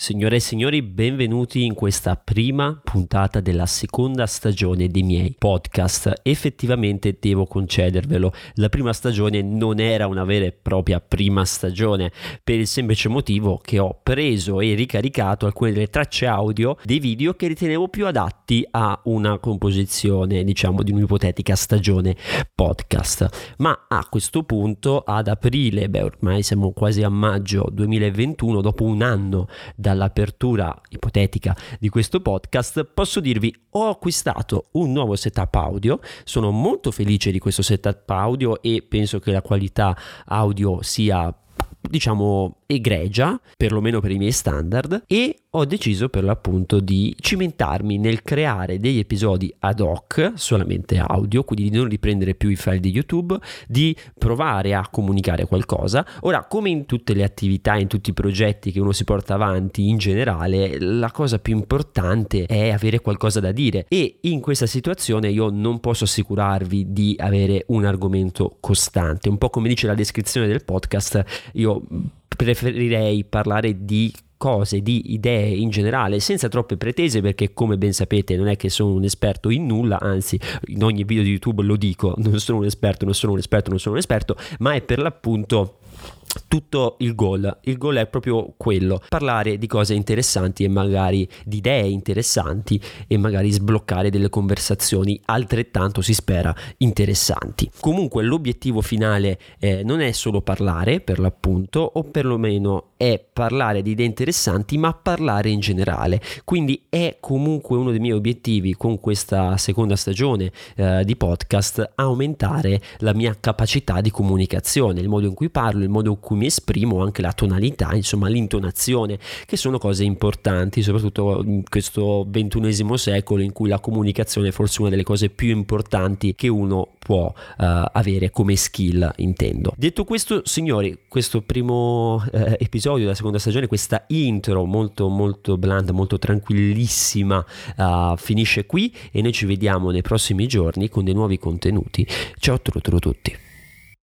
Signore e signori, benvenuti in questa prima puntata della seconda stagione dei miei podcast. Effettivamente devo concedervelo, la prima stagione non era una vera e propria prima stagione, per il semplice motivo che ho preso e ricaricato alcune delle tracce audio dei video che ritenevo più adatti a una composizione, diciamo, di un'ipotetica stagione podcast. Ma a questo punto, ad aprile, ormai siamo quasi a maggio 2021, dopo un anno dall'apertura ipotetica di questo podcast, posso dirvi ho acquistato un nuovo setup audio. Sono molto felice di questo setup audio e penso che la qualità audio sia, diciamo, egregia, perlomeno per i miei standard, e ho deciso per l'appunto di cimentarmi nel creare degli episodi ad hoc, solamente audio, quindi di non riprendere più i file di YouTube, di provare a comunicare qualcosa. Ora, come in tutte le attività, in tutti i progetti che uno si porta avanti in generale, la cosa più importante è avere qualcosa da dire, e in questa situazione io non posso assicurarvi di avere un argomento costante. Un po' come dice la descrizione del podcast, io preferirei parlare di cose, di idee in generale, senza troppe pretese, perché come ben sapete non è che sono un esperto in nulla, anzi in ogni video di YouTube lo dico, non sono un esperto, ma è per l'appunto tutto il goal è proprio quello: parlare di cose interessanti e magari di idee interessanti e magari sbloccare delle conversazioni altrettanto, si spera, interessanti. Comunque l'obiettivo finale non è solo parlare, per l'appunto, o perlomeno è parlare di idee interessanti, ma parlare in generale. Quindi è comunque uno dei miei obiettivi con questa seconda stagione di podcast, aumentare la mia capacità di comunicazione, il modo in cui parlo, il modo in cui mi esprimo, anche la tonalità, insomma l'intonazione, che sono cose importanti, soprattutto in questo XXI secolo in cui la comunicazione è forse una delle cose più importanti che uno può avere come skill, intendo. Detto questo, signori, questo primo episodio della seconda stagione, questa intro molto molto blanda, molto tranquillissima, finisce qui e noi ci vediamo nei prossimi giorni con dei nuovi contenuti. Ciao a tutti.